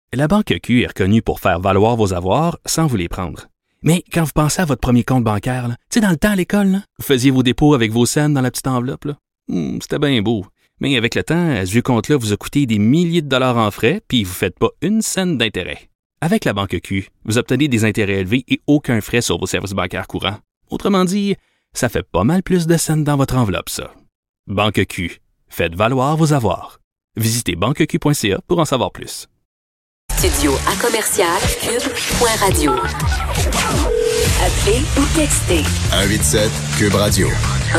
La Banque Q est reconnue pour faire valoir vos avoirs sans vous les prendre. Mais quand vous pensez à votre premier compte bancaire, tu sais, dans le temps à l'école, là, vous faisiez vos dépôts avec vos scènes dans la petite enveloppe. Là. C'était bien beau. Mais avec le temps, ce vieux compte-là vous a coûté des milliers de dollars en frais, puis vous ne faites pas une scène d'intérêt. Avec la Banque Q, vous obtenez des intérêts élevés et aucun frais sur vos services bancaires courants. Autrement dit, ça fait pas mal plus de scènes dans votre enveloppe, ça. Banque Q. Faites valoir vos avoirs. Visitez banqueq.ca pour en savoir plus. Studio à commercial cube.radio. Appelez ou textez. 187 Cube Radio.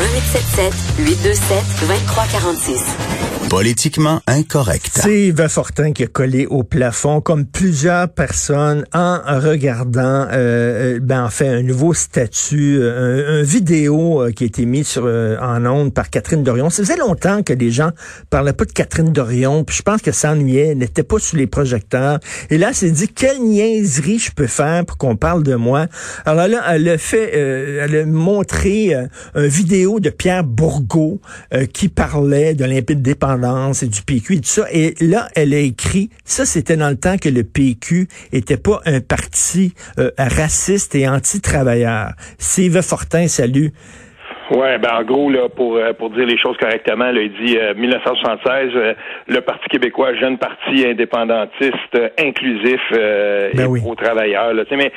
1877-827-2346. Politiquement incorrect. C'est Yves Fortin qui a collé au plafond, comme plusieurs personnes, en regardant, en fait, un nouveau statut, un vidéo qui a été mis en ondes par Catherine Dorion. Ça faisait longtemps que les gens parlaient pas de Catherine Dorion, puis je pense que ça ennuyait, elle n'était pas sous les projecteurs. Et là, elle s'est dit, quelle niaiserie je peux faire pour qu'on parle de moi. Alors là, elle a montré une vidéo de Pierre Bourgault qui parlait de l'indépendance et du PQ et tout ça. Et là, elle a écrit, ça c'était dans le temps que le PQ était pas un parti raciste et anti-travailleur. C'est Yves Fortin, salut. Ouais, en gros, là, pour dire les choses correctement, là, il dit 1976, le Parti québécois, jeune parti indépendantiste, inclusif et pro-travailleur. Là, mais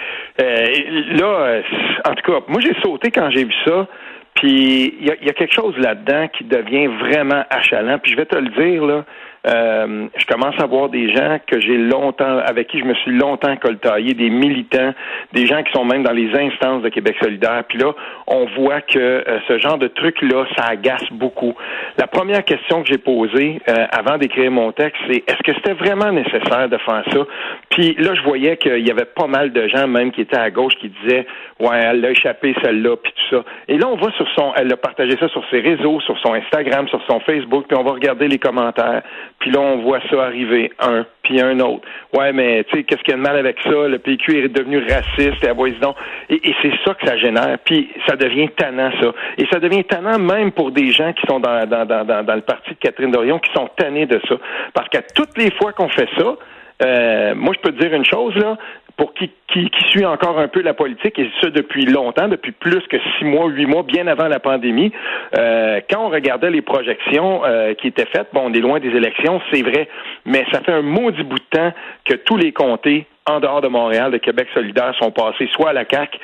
là, en tout cas, moi j'ai sauté quand j'ai vu ça. Puis il y a quelque chose là-dedans qui devient vraiment achalant. Puis je vais te le dire, là, je commence à voir des gens avec qui je me suis longtemps coltaillé, des militants, des gens qui sont même dans les instances de Québec solidaire. Puis là, on voit que ce genre de truc-là, ça agace beaucoup. La première question que j'ai posée avant d'écrire mon texte, c'est est-ce que c'était vraiment nécessaire de faire ça? Puis là, je voyais qu'il y avait pas mal de gens même qui étaient à gauche qui disaient ouais, elle l'a échappé celle-là, puis tout ça. Et là, on va elle a partagé ça sur ses réseaux, sur son Instagram, sur son Facebook, puis on va regarder les commentaires. Puis là, on voit ça arriver, un, puis un autre. Ouais, mais tu sais, qu'est-ce qu'il y a de mal avec ça? Le PQ est devenu raciste, et donc. Et c'est ça que ça génère. Puis ça devient tannant, ça. Et ça devient tannant même pour des gens qui sont dans le parti de Catherine Dorion, qui sont tannés de ça. Parce qu'à toutes les fois qu'on fait ça, moi, je peux te dire une chose, là, pour qui suit encore un peu la politique, et ça depuis longtemps, depuis plus que 6 mois, 8 mois, bien avant la pandémie, quand on regardait les projections qui étaient faites, bon, on est loin des élections, c'est vrai, mais ça fait un maudit bout de temps que tous les comtés en dehors de Montréal, de Québec solidaire, sont passés soit à la CAQ,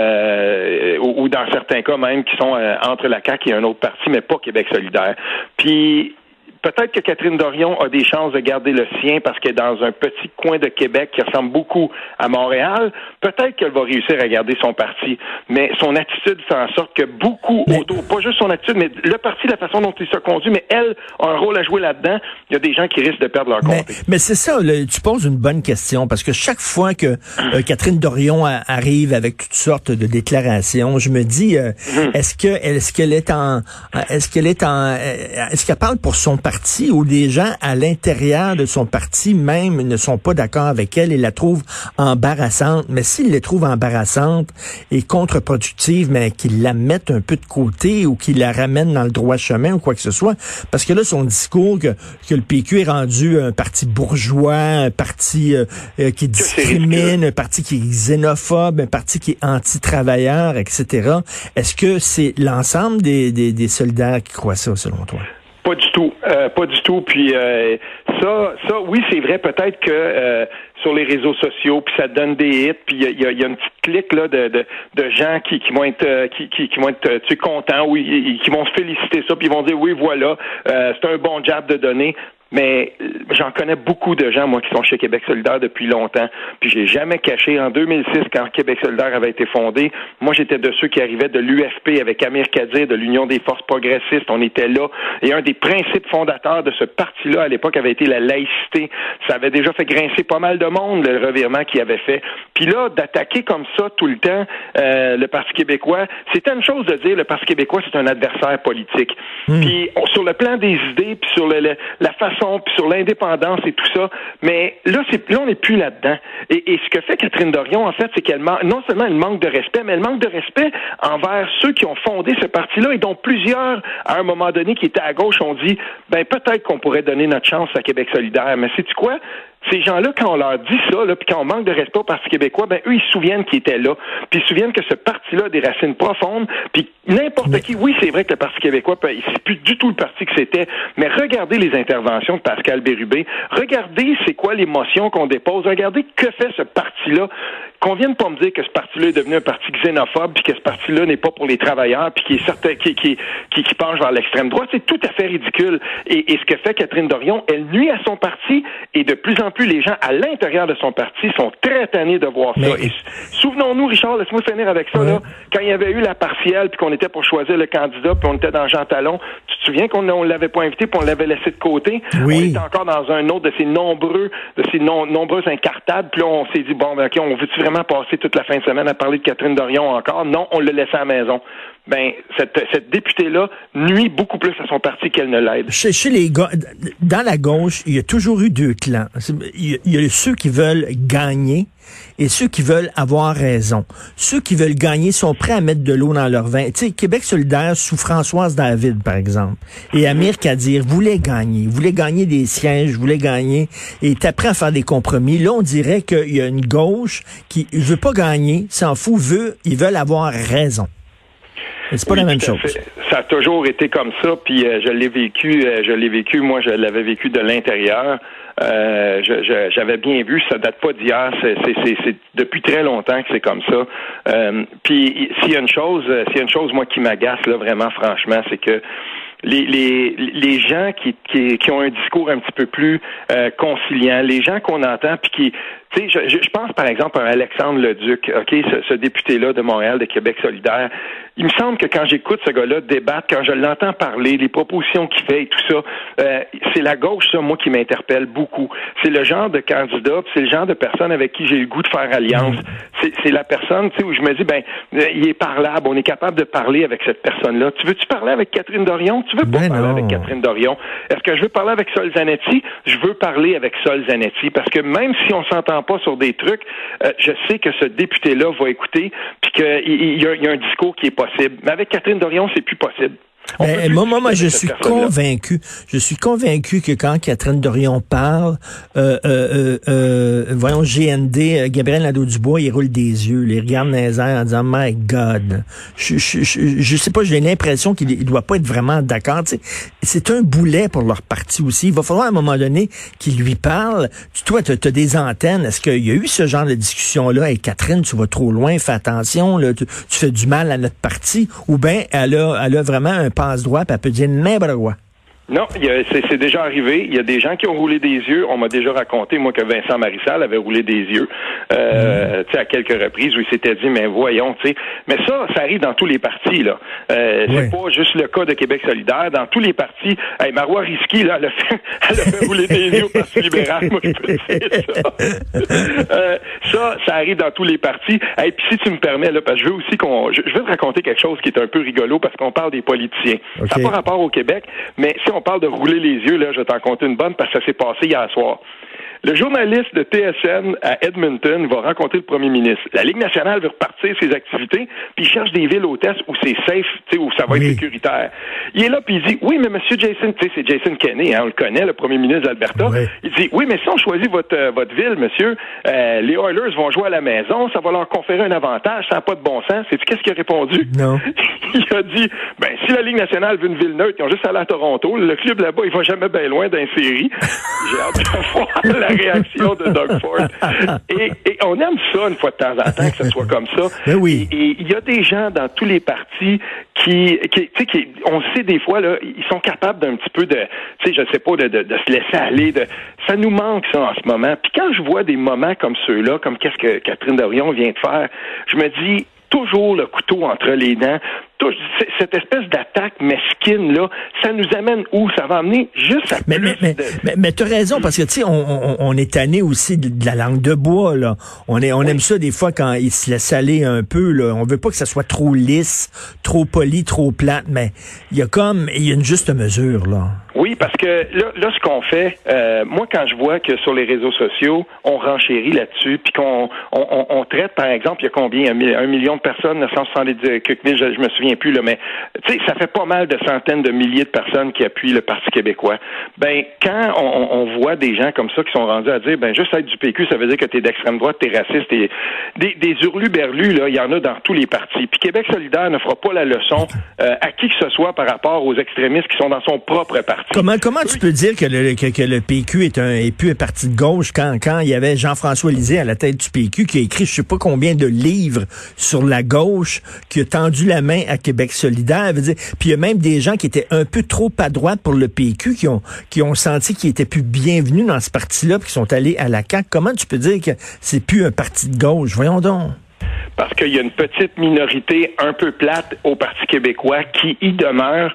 ou dans certains cas même qui sont entre la CAQ et un autre parti, mais pas Québec solidaire. Puis peut-être que Catherine Dorion a des chances de garder le sien parce qu'elle est dans un petit coin de Québec qui ressemble beaucoup à Montréal. Peut-être qu'elle va réussir à garder son parti. Mais son attitude fait en sorte que beaucoup autour, pas juste son attitude, mais le parti, la façon dont il se conduit, mais elle a un rôle à jouer là-dedans. Il y a des gens qui risquent de perdre leur comté. Mais c'est ça, tu poses une bonne question parce que chaque fois que Catherine Dorion arrive avec toutes sortes de déclarations, je me dis, est-ce qu'elle parle pour son parti ou des gens à l'intérieur de son parti même ne sont pas d'accord avec elle et la trouvent embarrassante. Mais s'ils la trouvent embarrassante et contre-productive, mais qu'ils la mettent un peu de côté ou qu'ils la ramènent dans le droit chemin ou quoi que ce soit, parce que là, son discours que le PQ est rendu un parti bourgeois, un parti qui discrimine, un parti qui est xénophobe, un parti qui est anti-travailleur, etc. Est-ce que c'est l'ensemble des solidaires qui croient ça, selon toi? Pas du tout. Pas du tout. Puis ça, oui, c'est vrai, peut-être que sur les réseaux sociaux, puis ça donne des hits, puis il y a une petite clique là de gens qui vont être contents, ou qui vont se féliciter ça, puis ils vont dire oui, voilà, c'est un bon job de donner. Mais j'en connais beaucoup de gens, moi, qui sont chez Québec solidaire depuis longtemps. Puis j'ai jamais caché. En 2006, quand Québec solidaire avait été fondé, moi, j'étais de ceux qui arrivaient de l'UFP avec Amir Kadir, de l'Union des forces progressistes. On était là. Et un des principes fondateurs de ce parti-là, à l'époque, avait été la laïcité. Ça avait déjà fait grincer pas mal de monde, le revirement qu'il avait fait. Puis là, d'attaquer comme ça tout le temps le Parti québécois, c'était une chose de dire le Parti québécois, c'est un adversaire politique. Puis sur le plan des idées, puis sur la façon, puis sur l'indépendance et tout ça, mais là, on n'est plus là-dedans. Et ce que fait Catherine Dorion, en fait, c'est qu'elle non seulement elle manque de respect, mais elle manque de respect envers ceux qui ont fondé ce parti-là et dont plusieurs, à un moment donné, qui étaient à gauche, ont dit, ben peut-être qu'on pourrait donner notre chance à Québec solidaire. Mais sais-tu quoi? Ces gens-là, quand on leur dit ça, là, puis quand on manque de respect au Parti québécois, ben eux, ils se souviennent qu'ils étaient là. Puis ils se souviennent que ce parti-là a des racines profondes. Puis n'importe qui, oui, c'est vrai que le Parti québécois, c'est plus du tout le parti que c'était, mais regardez les interventions de Pascal Bérubé. Regardez c'est quoi l'émotion qu'on dépose. Regardez que fait ce parti-là. Qu'on vienne pas me dire que ce parti-là est devenu un parti xénophobe, puis que ce parti-là n'est pas pour les travailleurs, puis qui est certain, qui penche vers l'extrême droite, c'est tout à fait ridicule. Et ce que fait Catherine Dorion, elle nuit à son parti, et de plus en plus les gens à l'intérieur de son parti sont très tannés de voir ça. Et souvenons-nous, Richard, laisse-moi finir avec ça, là, quand il y avait eu la partielle, puis qu'on était pour choisir le candidat, puis on était dans Jean Talon, tu te souviens qu'on l'avait pas invité, puis on l'avait laissé de côté? Oui. On était encore dans un autre de ces nombreuses incartades, puis là, on s'est dit, bon, ben, OK, on veut-tu vraiment passer toute la fin de semaine à parler de Catherine Dorion encore? Non, on l'a laissé à la maison. Ben, cette députée-là nuit beaucoup plus à son parti qu'elle ne l'aide. Chez les gars, dans la gauche, il y a toujours eu deux clans. Il y a ceux qui veulent gagner et ceux qui veulent avoir raison. Ceux qui veulent gagner sont prêts à mettre de l'eau dans leur vin. Tu sais, Québec solidaire sous Françoise David, par exemple, et Amir Kadir voulait gagner des sièges, voulait gagner, et était prêt à faire des compromis. Là, on dirait qu'il y a une gauche qui veut pas gagner, s'en fout, ils veulent avoir raison. C'est pas la même chose. Ça a toujours été comme ça, puis je l'ai vécu, moi je l'avais vécu de l'intérieur. J'avais bien vu, ça date pas d'hier, c'est depuis très longtemps que c'est comme ça. Puis s'il y a une chose moi qui m'agace là vraiment franchement, c'est que les gens qui ont un discours un petit peu plus conciliant, les gens qu'on entend puis qui, tu sais, je pense par exemple à Alexandre Leduc, ok, ce député-là de Montréal, de Québec solidaire. Il me semble que quand j'écoute ce gars-là débattre, quand je l'entends parler, les propositions qu'il fait et tout ça, c'est la gauche, ça, moi, qui m'interpelle beaucoup. C'est le genre de candidat, c'est le genre de personne avec qui j'ai le goût de faire alliance. C'est la personne, tu sais, où je me dis, ben, il est parlable, on est capable de parler avec cette personne-là. Tu veux-tu parler avec Catherine Dorion? Tu veux pas parler avec Catherine Dorion? Est-ce que je veux parler avec Sol Zanetti? Je veux parler avec Sol Zanetti, parce que même si on s'entend pas sur des trucs, je sais que ce député-là va écouter, puis qu'il y a un discours qui est possible. Mais avec Catherine Dorion, c'est plus possible. Moi, je suis convaincu. Je suis convaincu que quand Catherine Dorion parle, voyons, GND, Gabriel Nadeau-Dubois, il roule des yeux, il regarde dans les airs en disant, my God. Je sais pas, j'ai l'impression qu'il doit pas être vraiment d'accord. Tu sais, c'est un boulet pour leur parti aussi. Il va falloir à un moment donné qu'il lui parle. Toi, t'as des antennes. Est-ce qu'il y a eu ce genre de discussion-là? Hey, Catherine, tu vas trop loin, fais attention, là, tu fais du mal à notre parti. Ou bien, elle a vraiment un passe-droit, puis elle peut dire n'importe quoi. Non, c'est déjà arrivé. Il y a des gens qui ont roulé des yeux. On m'a déjà raconté, moi, que Vincent Marissal avait roulé des yeux, tu sais, à quelques reprises où il s'était dit, mais voyons, tu sais. Mais ça arrive dans tous les partis, là. C'est pas juste le cas de Québec solidaire. Dans tous les partis, hey, Marois Risky, là, elle a fait rouler des yeux au Parti libéral. Moi, je peux dire ça. Ça arrive dans tous les partis. Hey, puis si tu me permets, là, parce que je veux aussi je veux te raconter quelque chose qui est un peu rigolo parce qu'on parle des politiciens. Okay. Ça n'a pas rapport au Québec, mais si on parle de rouler les yeux, là, je vais t'en compter une bonne parce que ça s'est passé hier soir. Le journaliste de TSN à Edmonton va rencontrer le premier ministre. La Ligue nationale veut repartir ses activités, puis il cherche des villes hôtesses où c'est safe, tu sais, où ça va être sécuritaire. Il est là, puis il dit, oui, mais monsieur Jason, tu sais, c'est Jason Kenney, hein, on le connaît, le premier ministre d'Alberta. Oui. Il dit, oui, mais si on choisit votre ville, monsieur, les Oilers vont jouer à la maison, ça va leur conférer un avantage, ça n'a pas de bon sens. Sais-tu qu'est-ce qu'il a répondu? Non. Il a dit, ben, si la Ligue nationale veut une ville neutre, ils ont juste allé à Toronto, le club là-bas, il va jamais bien loin d'une série. J'ai hâte de voir la réaction de Doug Ford. Et on aime ça une fois de temps en temps, que ce soit comme ça. Ben oui. Et il y a des gens dans tous les partis qui on sait des fois, là, ils sont capables d'un petit peu de, tu sais, je sais pas, de se laisser aller. Ça nous manque, ça, en ce moment. Puis quand je vois des moments comme ceux-là, comme qu'est-ce que Catherine Dorion vient de faire, je me dis, toujours le couteau entre les dents. Cette espèce d'attaque mesquine là, ça nous amène où? Ça va amener juste à mais t'as raison, parce que tu sais, on est tanné aussi de la langue de bois, là. On aime ça des fois quand il se laisse aller un peu, là. On veut pas que ça soit trop lisse, trop poli, trop plate, mais il y a une juste mesure, là. Oui, parce que là ce qu'on fait, moi quand je vois que sur les réseaux sociaux, on renchérit là-dessus, puis qu'on traite, par exemple, il y a combien? 1 million de personnes, 970 quelques mille, je me souviens souviens plus, là, mais tu sais, ça fait pas mal de centaines de milliers de personnes qui appuient le Parti québécois. Ben, quand on voit des gens comme ça qui sont rendus à dire, ben, juste être du PQ, ça veut dire que t'es d'extrême droite, t'es raciste, des hurluberlus, là, il y en a dans tous les partis. Puis Québec solidaire ne fera pas la leçon à qui que ce soit par rapport aux extrémistes qui sont dans son propre parti. Comment tu peux dire que le PQ est plus un parti de gauche quand il y avait Jean-François Lisée à la tête du PQ qui a écrit je sais pas combien de livres sur la gauche, qui a tendu la main à Québec solidaire, veut dire, puis il y a même des gens qui étaient un peu trop à droite pour le PQ qui ont senti qu'ils étaient plus bienvenus dans ce parti-là, puis qui sont allés à la CAQ. Comment tu peux dire que c'est plus un parti de gauche? Voyons donc. Parce qu'il y a une petite minorité un peu plate au Parti québécois qui y demeure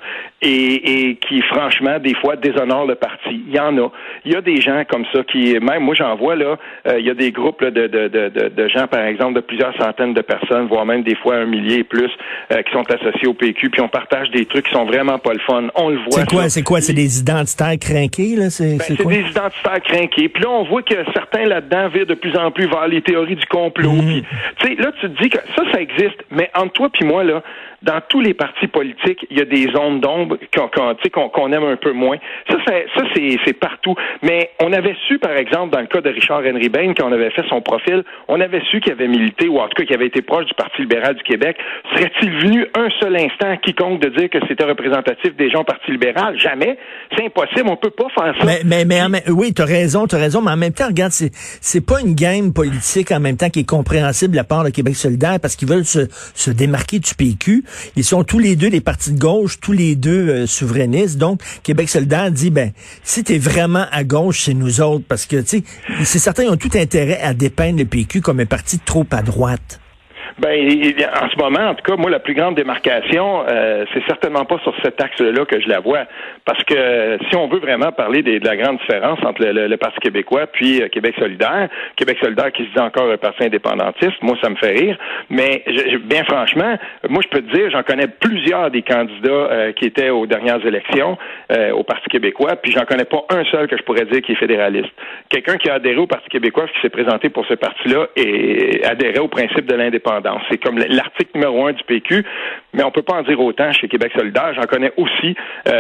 et qui, franchement, des fois, déshonore le parti. Il y en a. Il y a des gens comme ça qui, même moi, j'en vois, là, il y a des groupes là, de gens, par exemple, de plusieurs centaines de personnes, voire même des fois 1 millier et plus, qui sont associés au PQ, puis on partage des trucs qui sont vraiment pas le fun. On le voit. C'est quoi? C'est des identitaires crinqués, là? C'est des identitaires crinqués. Puis là, on voit que certains là-dedans virent de plus en plus vers les théories du complot. Puis, tu sais, là, tu te dis que ça existe, mais entre toi puis moi, là, dans tous les partis politiques, il y a des zones d'ombre qu'on aime un peu moins. Ça c'est partout. Mais on avait su, par exemple, dans le cas de Richard Henry Bain, quand on avait fait son profil, on avait su qu'il avait milité, ou en tout cas qu'il avait été proche du Parti libéral du Québec. Serait-il venu un seul instant à quiconque de dire que c'était représentatif des gens au Parti libéral? Jamais. C'est impossible. On peut pas faire ça. Oui, t'as raison, mais en même temps, regarde, c'est pas une game politique en même temps qui est compréhensible de la part de Québec solidaire parce qu'ils veulent se démarquer du PQ. Ils sont tous les deux des partis de gauche, tous les deux souverainistes. Donc, Québec solidaire dit, ben, si t'es vraiment à gauche, c'est nous autres. Parce que, tu sais, c'est certain, ils ont tout intérêt à dépeindre le PQ comme un parti trop à droite. Ben, en ce moment, en tout cas, moi, la plus grande démarcation, c'est certainement pas sur cet axe-là que je la vois. Parce que si on veut vraiment parler de la grande différence entre le Parti québécois puis Québec solidaire qui se dit encore un parti indépendantiste, moi, ça me fait rire. Mais, bien franchement, moi, je peux te dire, j'en connais plusieurs des candidats qui étaient aux dernières élections au Parti québécois, puis j'en connais pas un seul que je pourrais dire qui est fédéraliste. Quelqu'un qui a adhéré au Parti québécois, qui s'est présenté pour ce parti-là, et adhérait au principe de l'indépendance. C'est comme l'article numéro 1 du PQ, mais on peut pas en dire autant chez Québec solidaire. J'en connais aussi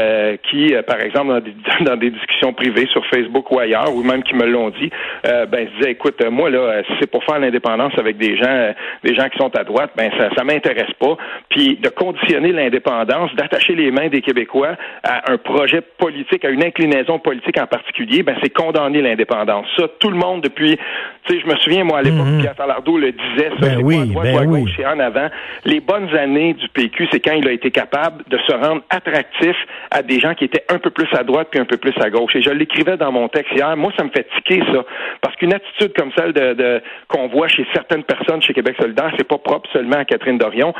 qui, par exemple, dans des discussions privées sur Facebook ou ailleurs, ou même qui me l'ont dit, se disaient, écoute, moi, là, si c'est pour faire l'indépendance avec des gens qui sont à droite, ben ça m'intéresse pas. Puis de conditionner l'indépendance, d'attacher les mains des Québécois à un projet politique, à une inclinaison politique en particulier, ben c'est condamner l'indépendance. Ça, tout le monde depuis, tu sais, je me souviens, moi, à l'époque, Pierre Falardeau le disait, ça, c'est pas à droite ou à gauche, c'est en avant. Les bonnes années du PQ, c'est quand il a été capable de se rendre attractif à des gens qui étaient un peu plus à droite puis un peu plus à gauche. Et je l'écrivais dans mon texte hier. Moi, ça me fait tiquer, ça. Parce qu'une attitude comme celle qu'on voit chez certaines personnes chez Québec solidaire, c'est pas propre seulement à Catherine Dorion.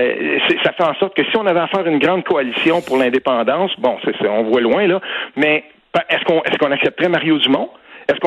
Ça fait en sorte que si on avait à faire une grande coalition pour l'indépendance, bon, on voit loin, là, mais est-ce qu'on accepterait Mario Dumont? Est-ce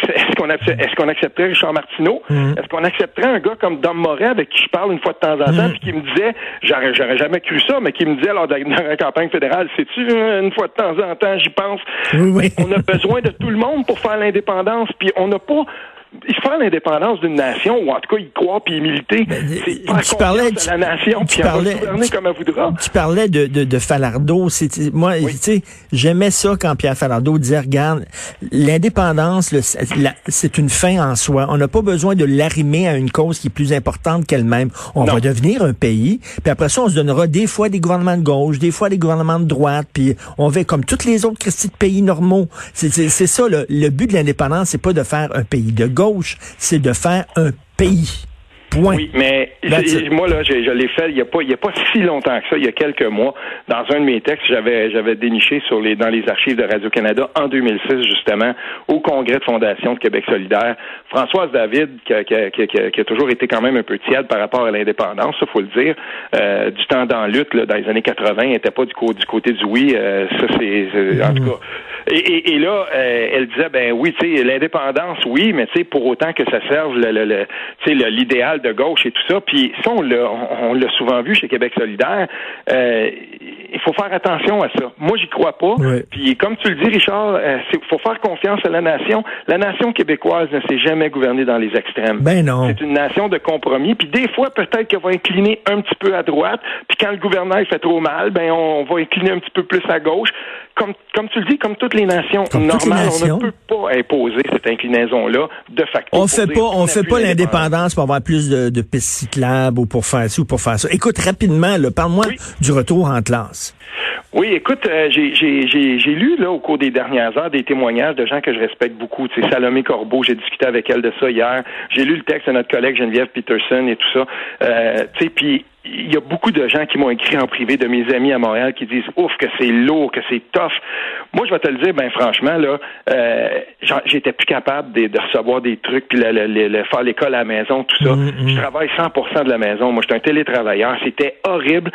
qu'on accepterait Richard Martineau? Est-ce qu'on accepterait un gars comme Dom Moret avec qui je parle une fois de temps en temps puis qui me disait, j'aurais jamais cru ça, mais qui me disait lors de la campagne fédérale, sais-tu, une fois de temps en temps, j'y pense. Oui. On a besoin de tout le monde pour faire l'indépendance, puis on n'a pas... Il faire l'indépendance d'une nation, ou en tout cas y croire puis y militer, c'est pas confiance à la nation, puis elle va gouverner comme elle voudra. Tu parlais de Falardeau. Moi, tu sais, j'aimais ça quand Pierre Falardeau disait, regarde, l'indépendance, c'est une fin en soi. On n'a pas besoin de l'arrimer à une cause qui est plus importante qu'elle-même. On va devenir un pays, puis après ça, on se donnera des fois des gouvernements de gauche, des fois des gouvernements de droite, puis on va comme tous les autres Christy de pays normaux. C'est ça, le but de l'indépendance, c'est pas de faire un pays de gauche, c'est de faire un pays. Point. Oui, mais moi, là, je l'ai fait il y a pas si longtemps que ça, il y a quelques mois. Dans un de mes textes, j'avais déniché dans les archives de Radio-Canada en 2006, justement, au congrès de fondation de Québec solidaire. Françoise David, qui a toujours été quand même un peu tiède par rapport à l'indépendance, ça, faut le dire, du temps dans la lutte, là, dans les années 80, elle était pas du côté du oui, ça, c'est en tout cas... Et là, elle disait, ben oui, tu sais, l'indépendance, oui, mais tu sais, pour autant que ça serve l'idéal de gauche et tout ça. Puis ça, on l'a souvent vu chez Québec solidaire. il faut faire attention à ça. Moi, j'y crois pas. Oui. Puis comme tu le dis, Richard, faut faire confiance à la nation. La nation québécoise ne s'est jamais gouvernée dans les extrêmes. Ben non. C'est une nation de compromis. Puis des fois, peut-être qu'elle va incliner un petit peu à droite. Puis quand le gouvernement fait trop mal, ben on va incliner un petit peu plus à gauche. Comme tu le dis, comme toutes les nations normales, on ne peut pas imposer cette inclinaison-là de facto. On fait pas l'indépendance pour avoir plus de pistes cyclables ou pour faire ci ou pour faire ça. Écoute, rapidement, là, parle-moi du retour en classe. Oui, écoute, j'ai lu là au cours des dernières heures des témoignages de gens que je respecte beaucoup. Tu sais, Salomé Corbeau, j'ai discuté avec elle de ça hier. J'ai lu le texte de notre collègue Geneviève Peterson et tout ça. Tu sais, puis il y a beaucoup de gens qui m'ont écrit en privé, de mes amis à Montréal, qui disent ouf que c'est lourd, que c'est tough. Moi, je vais te le dire, ben franchement là, j'étais plus capable de recevoir des trucs puis faire l'école à la maison, tout ça. Je travaille 100% de la maison. Moi, je suis un télétravailleur. C'était horrible.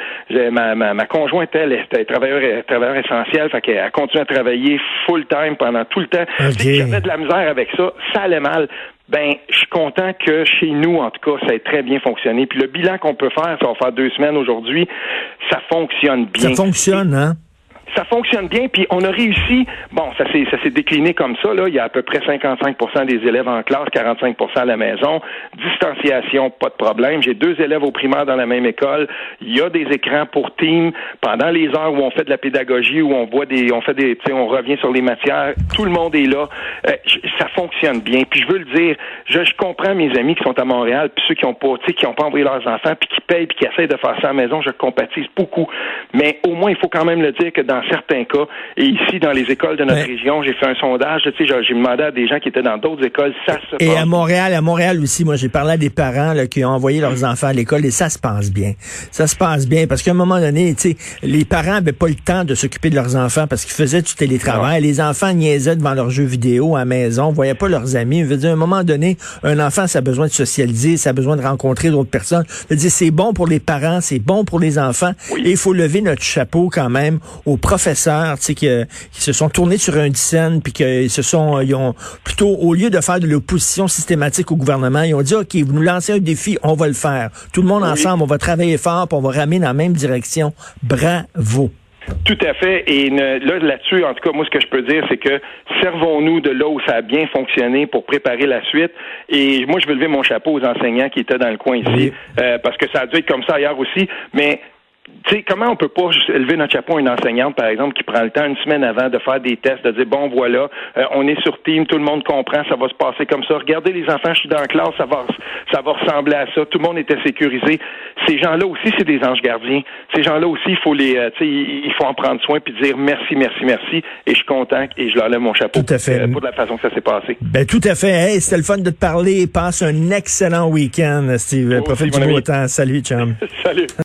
Ma conjointe, elle était travailleur essentiel, fait qu'elle a continué à travailler full time pendant tout le temps. Okay. J'avais de la misère avec ça. Ça allait mal. Ben, je suis content que chez nous, en tout cas, ça ait très bien fonctionné. Puis le bilan qu'on peut faire, ça va faire 2 semaines aujourd'hui, ça fonctionne bien. Ça fonctionne, hein? Ça fonctionne bien, puis on a réussi. Bon, ça s'est décliné comme ça, là. Il y a à peu près 55% des élèves en classe, 45% à la maison. Distanciation, pas de problème. J'ai 2 élèves au primaire dans la même école. Il y a des écrans pour team. Pendant les heures où on fait de la pédagogie, où on revient sur les matières, tout le monde est là. Ça fonctionne bien. Puis je veux le dire, je comprends mes amis qui sont à Montréal, puis ceux qui ont pas envoyé leurs enfants, puis qui payent, puis qui essayent de faire ça à la maison, je compatise beaucoup. Mais au moins, il faut quand même le dire que dans certains cas, et ici, dans les écoles de notre région, j'ai fait un sondage, tu sais, j'ai demandé à des gens qui étaient dans d'autres écoles, ça se passe. Et à Montréal aussi, moi, j'ai parlé à des parents là, qui ont envoyé leurs enfants à l'école et ça se passe bien. Ça se passe bien parce qu'à un moment donné, tu sais, les parents n'avaient pas le temps de s'occuper de leurs enfants parce qu'ils faisaient du télétravail. Les enfants niaisaient devant leurs jeux vidéo à la maison, voyaient pas leurs amis. Je veux dire, à un moment donné, un enfant, ça a besoin de socialiser, ça a besoin de rencontrer d'autres personnes. Je veux dire, c'est bon pour les parents, c'est bon pour les enfants. Et il faut lever notre chapeau quand même aux professeurs, tu sais, qui se sont tournés sur un dixaine, puis ils ont plutôt, au lieu de faire de l'opposition systématique au gouvernement, ils ont dit, OK, vous nous lancez un défi, on va le faire. Tout le monde ensemble, on va travailler fort, puis on va ramener dans la même direction. Bravo. Tout à fait. Et là-dessus, en tout cas, moi, ce que je peux dire, c'est que servons-nous de là où ça a bien fonctionné pour préparer la suite. Et moi, je veux lever mon chapeau aux enseignants qui étaient dans le coin ici, parce que ça a dû être comme ça ailleurs aussi. Mais tu sais, comment on peut pas lever notre chapeau à une enseignante, par exemple, qui prend le temps 1 semaine avant de faire des tests, de dire, bon, voilà, on est sur Team, tout le monde comprend, ça va se passer comme ça. Regardez les enfants, je suis dans la classe, ça va ressembler à ça. Tout le monde était sécurisé. Ces gens-là aussi, c'est des anges gardiens. Ces gens-là aussi, il faut il faut en prendre soin puis dire merci, merci, merci. Et je suis content et je leur lève mon chapeau tout à fait. Pour la façon que ça s'est passé. Ben, tout à fait. Hey, c'était le fun de te parler. Passe un excellent week-end, Steve. Profite du beau temps. Salut, chum. Salut.